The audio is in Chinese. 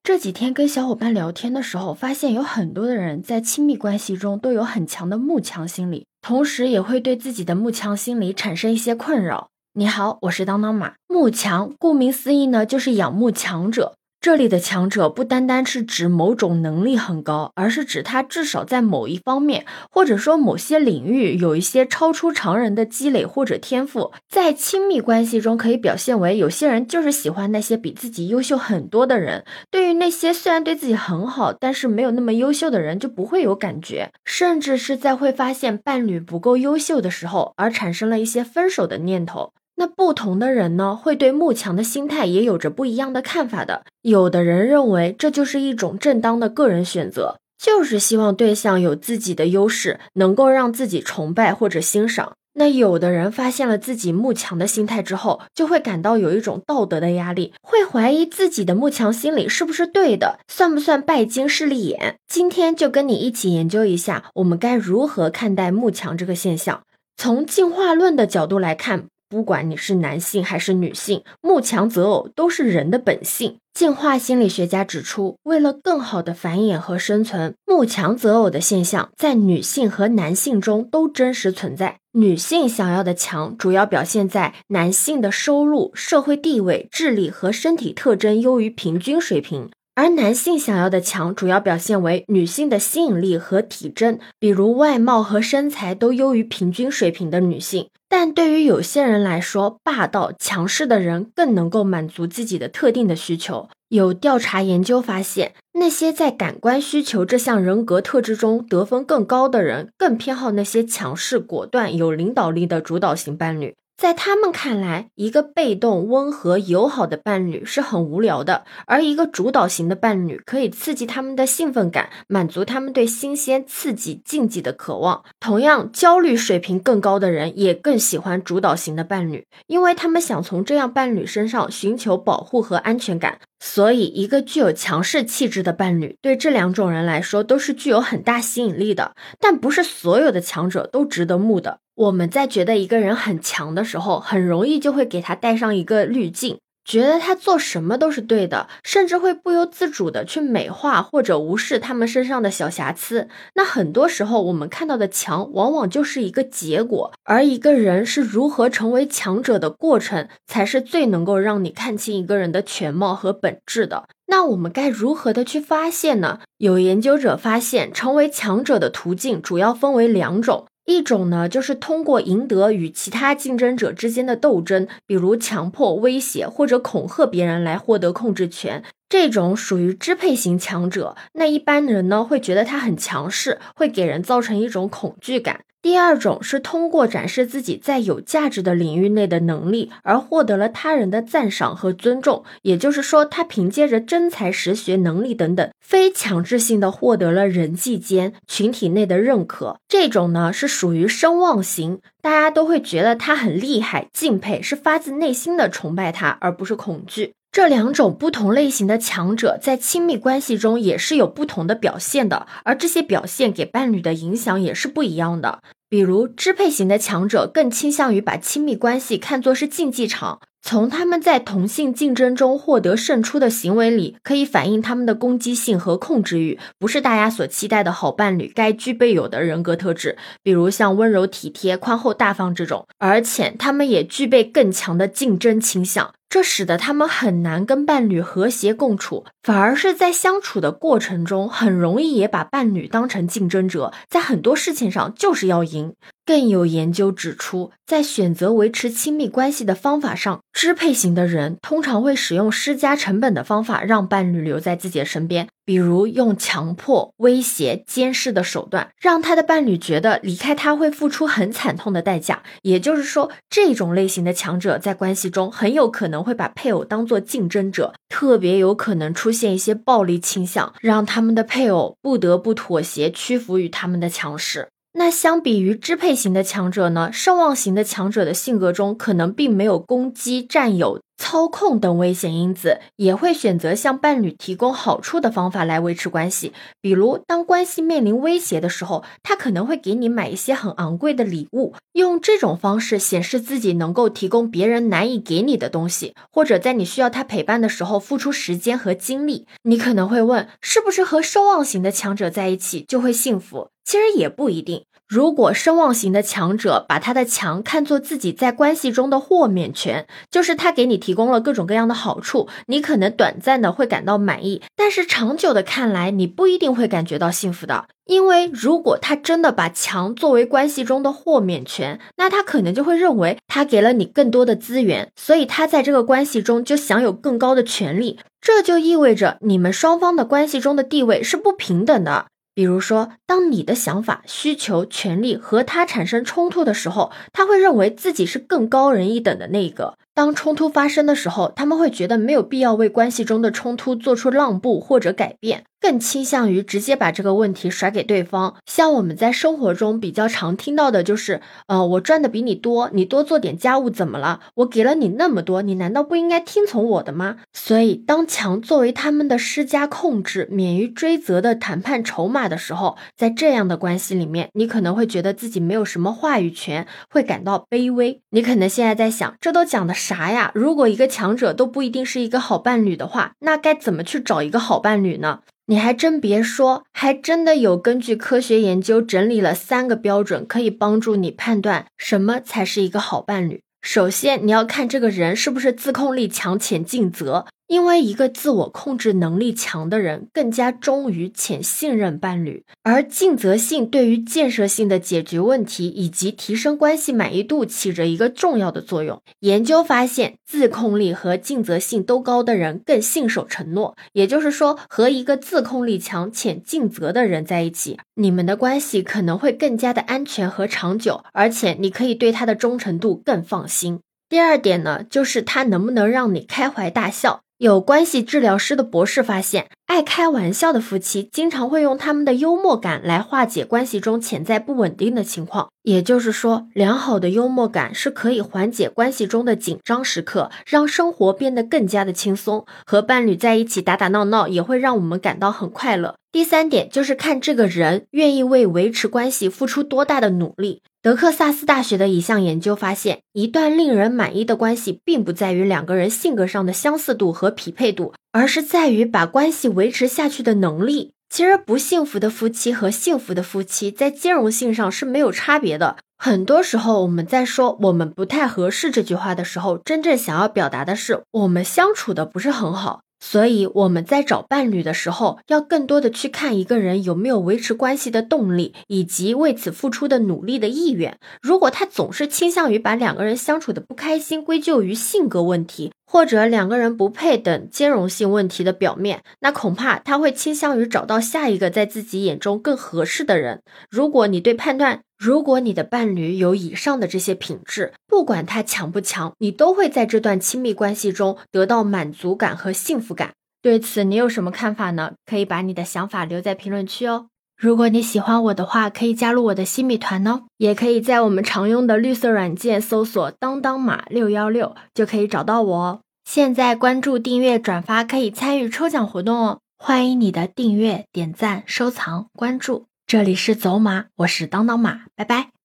这几天跟小伙伴聊天的时候，发现有很多的人在亲密关系中都有很强的慕强心理，同时也会对自己的慕强心理产生一些困扰。你好，我是当当马。慕强，顾名思义呢，就是仰慕强者。这里的强者不单单是指某种能力很高，而是指他至少在某一方面，或者说某些领域有一些超出常人的积累或者天赋。在亲密关系中可以表现为，有些人就是喜欢那些比自己优秀很多的人，对于那些虽然对自己很好，但是没有那么优秀的人就不会有感觉，甚至是在会发现伴侣不够优秀的时候，而产生了一些分手的念头。那不同的人呢，会对慕强的心态也有着不一样的看法的。有的人认为这就是一种正当的个人选择，就是希望对象有自己的优势，能够让自己崇拜或者欣赏。那有的人发现了自己慕强的心态之后，就会感到有一种道德的压力，会怀疑自己的慕强心理是不是对的，算不算拜金势利眼。今天就跟你一起研究一下，我们该如何看待慕强这个现象。从进化论的角度来看，不管你是男性还是女性，慕强择偶都是人的本性。进化心理学家指出，为了更好的繁衍和生存，慕强择偶的现象在女性和男性中都真实存在。女性想要的强，主要表现在男性的收入、社会地位、智力和身体特征优于平均水平。而男性想要的强，主要表现为女性的吸引力和体征，比如外貌和身材都优于平均水平的女性。但对于有些人来说，霸道强势的人更能够满足自己的特定的需求。有调查研究发现，那些在感官需求这项人格特质中得分更高的人，更偏好那些强势、果断、有领导力的主导型伴侣。在他们看来，一个被动、温和、友好的伴侣是很无聊的，而一个主导型的伴侣可以刺激他们的兴奋感，满足他们对新鲜、刺激、竞技的渴望。同样，焦虑水平更高的人也更喜欢主导型的伴侣，因为他们想从这样伴侣身上寻求保护和安全感。所以，一个具有强势气质的伴侣，对这两种人来说都是具有很大吸引力的。但不是所有的强者都值得慕的。我们在觉得一个人很强的时候，很容易就会给他带上一个滤镜，觉得他做什么都是对的，甚至会不由自主的去美化或者无视他们身上的小瑕疵。那很多时候我们看到的强，往往就是一个结果，而一个人是如何成为强者的过程，才是最能够让你看清一个人的全貌和本质的。那我们该如何的去发现呢？有研究者发现，成为强者的途径主要分为两种。一种呢，就是通过赢得与其他竞争者之间的斗争，比如强迫、威胁或者恐吓别人来获得控制权。这种属于支配型强者，那一般人呢会觉得他很强势，会给人造成一种恐惧感。第二种是通过展示自己在有价值的领域内的能力，而获得了他人的赞赏和尊重，也就是说，他凭借着真才实学、能力等等，非强制性的获得了人际间、群体内的认可。这种呢是属于声望型，大家都会觉得他很厉害，敬佩，是发自内心的崇拜他，而不是恐惧。这两种不同类型的强者在亲密关系中也是有不同的表现的，而这些表现给伴侣的影响也是不一样的。比如支配型的强者更倾向于把亲密关系看作是竞技场，从他们在同性竞争中获得胜出的行为里，可以反映他们的攻击性和控制欲，不是大家所期待的好伴侣该具备有的人格特质，比如像温柔体贴、宽厚大方这种，而且他们也具备更强的竞争倾向。这使得他们很难跟伴侣和谐共处，反而是在相处的过程中，很容易也把伴侣当成竞争者，在很多事情上就是要赢。更有研究指出，在选择维持亲密关系的方法上，支配型的人通常会使用施加成本的方法让伴侣留在自己的身边，比如用强迫、威胁、监视的手段，让他的伴侣觉得离开他会付出很惨痛的代价。也就是说，这种类型的强者在关系中很有可能会把配偶当作竞争者，特别有可能出现一些暴力倾向，让他们的配偶不得不妥协屈服于他们的强势。那相比于支配型的强者呢，声望型的强者的性格中可能并没有攻击、占有、 操控等危险因子，也会选择向伴侣提供好处的方法来维持关系。比如，当关系面临威胁的时候，他可能会给你买一些很昂贵的礼物，用这种方式显示自己能够提供别人难以给你的东西，或者在你需要他陪伴的时候付出时间和精力。你可能会问，是不是和声望型的强者在一起就会幸福？其实也不一定。如果声望型的强者把他的强看作自己在关系中的豁免权，就是他给你提供了各种各样的好处，你可能短暂的会感到满意，但是长久的看来，你不一定会感觉到幸福的。因为如果他真的把强作为关系中的豁免权，那他可能就会认为他给了你更多的资源，所以他在这个关系中就享有更高的权利，这就意味着你们双方的关系中的地位是不平等的。比如说，当你的想法、需求、权利和他产生冲突的时候，他会认为自己是更高人一等的那个。当冲突发生的时候，他们会觉得没有必要为关系中的冲突做出让步或者改变，更倾向于直接把这个问题甩给对方。像我们在生活中比较常听到的就是我赚的比你多，你多做点家务怎么了？我给了你那么多，你难道不应该听从我的吗？所以当强作为他们的施加控制、免于追责的谈判筹码的时候，在这样的关系里面，你可能会觉得自己没有什么话语权，会感到卑微。你可能现在在想，这都讲的啥呀？如果一个强者都不一定是一个好伴侣的话，那该怎么去找一个好伴侣呢？你还真别说，还真的有根据科学研究整理了3个标准，可以帮助你判断什么才是一个好伴侣。首先，你要看这个人是不是自控力强且尽责，因为一个自我控制能力强的人更加忠于且信任伴侣，而尽责性对于建设性的解决问题以及提升关系满意度起着一个重要的作用。研究发现，自控力和尽责性都高的人更信守承诺，也就是说，和一个自控力强且尽责的人在一起，你们的关系可能会更加的安全和长久，而且你可以对他的忠诚度更放心。第二点呢，就是他能不能让你开怀大笑。有关系治疗师的博士发现，爱开玩笑的夫妻经常会用他们的幽默感来化解关系中潜在不稳定的情况。也就是说，良好的幽默感是可以缓解关系中的紧张时刻，让生活变得更加的轻松。和伴侣在一起打打闹闹也会让我们感到很快乐。第三点就是看这个人愿意为维持关系付出多大的努力。德克萨斯大学的一项研究发现，一段令人满意的关系并不在于2个人性格上的相似度和匹配度，而是在于把关系维持下去的能力。其实不幸福的夫妻和幸福的夫妻在兼容性上是没有差别的。很多时候我们在说我们不太合适这句话的时候，真正想要表达的是我们相处的不是很好。所以我们在找伴侣的时候，要更多的去看一个人有没有维持关系的动力，以及为此付出的努力的意愿。如果他总是倾向于把2个人相处的不开心归咎于性格问题，或者2个人不配等兼容性问题的表面，那恐怕他会倾向于找到下一个在自己眼中更合适的人。如果你的伴侣有以上的这些品质，不管他强不强，你都会在这段亲密关系中得到满足感和幸福感。对此你有什么看法呢？可以把你的想法留在评论区哦。如果你喜欢我的话，可以加入我的新米团哦，也可以在我们常用的绿色软件搜索当当马616就可以找到我哦。现在关注、订阅、转发可以参与抽奖活动哦，欢迎你的订阅、点赞、收藏、关注。这里是走马，我是当当马，拜拜。